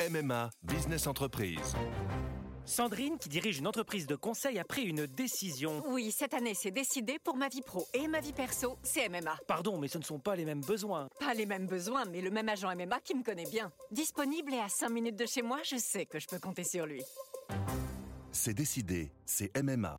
MMA Business Entreprise. Sandrine, qui dirige une entreprise de conseil, a pris une décision. Oui, cette année, c'est décidé pour ma vie pro et ma vie perso, c'est MMA. Pardon, mais ce ne sont pas les mêmes besoins. Pas les mêmes besoins, mais le même agent MMA qui me connaît bien. Disponible et à 5 minutes de chez moi, je sais que je peux compter sur lui. C'est décidé, c'est MMA.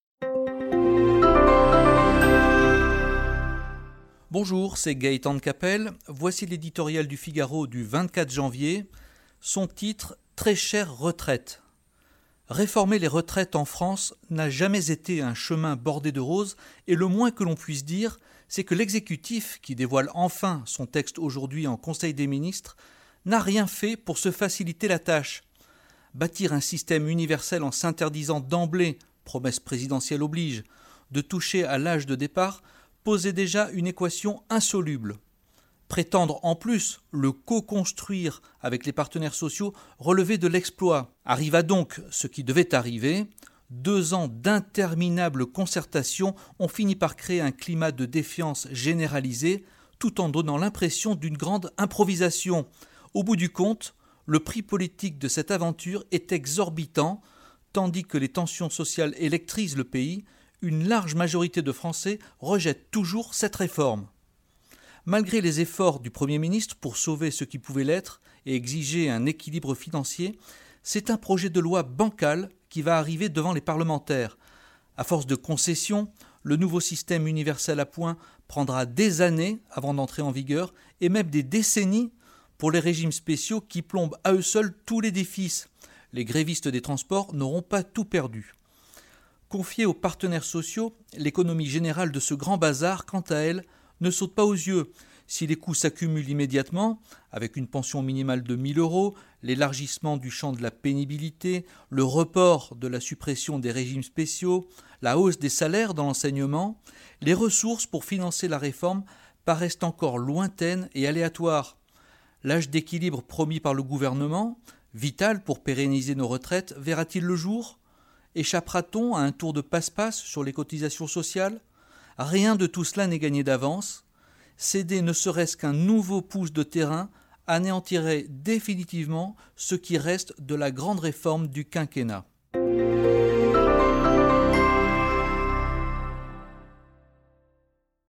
Bonjour, c'est Gaëtan Capel. Voici l'éditorial du Figaro du 24 janvier. Son titre « Très chère retraite ». Réformer les retraites en France n'a jamais été un chemin bordé de roses et le moins que l'on puisse dire, c'est que l'exécutif, qui dévoile enfin son texte aujourd'hui en Conseil des ministres, n'a rien fait pour se faciliter la tâche. Bâtir un système universel en s'interdisant d'emblée, promesse présidentielle oblige, de toucher à l'âge de départ, posait déjà une équation insoluble. Prétendre en plus le co-construire avec les partenaires sociaux relevait de l'exploit. Arriva donc ce qui devait arriver. 2 ans d'interminables concertations ont fini par créer un climat de défiance généralisé, tout en donnant l'impression d'une grande improvisation. Au bout du compte, le prix politique de cette aventure est exorbitant, tandis que les tensions sociales électrisent le pays. Une large majorité de Français rejette toujours cette réforme. Malgré les efforts du Premier ministre pour sauver ce qui pouvait l'être et exiger un équilibre financier, c'est un projet de loi bancal qui va arriver devant les parlementaires. À force de concessions, le nouveau système universel à points prendra des années avant d'entrer en vigueur et même des décennies pour les régimes spéciaux qui plombent à eux seuls tout l'édifice. Les grévistes des transports n'auront pas tout perdu. Confiée aux partenaires sociaux, l'économie générale de ce grand bazar, quant à elle, ne saute pas aux yeux. Si les coûts s'accumulent immédiatement, avec une pension minimale de 1 000 €, l'élargissement du champ de la pénibilité, le report de la suppression des régimes spéciaux, la hausse des salaires dans l'enseignement, les ressources pour financer la réforme paraissent encore lointaines et aléatoires. L'âge d'équilibre promis par le gouvernement, vital pour pérenniser nos retraites, verra-t-il le jour ? Échappera-t-on à un tour de passe-passe sur les cotisations sociales ? Rien de tout cela n'est gagné d'avance. Céder ne serait-ce qu'un nouveau pouce de terrain anéantirait définitivement ce qui reste de la grande réforme du quinquennat.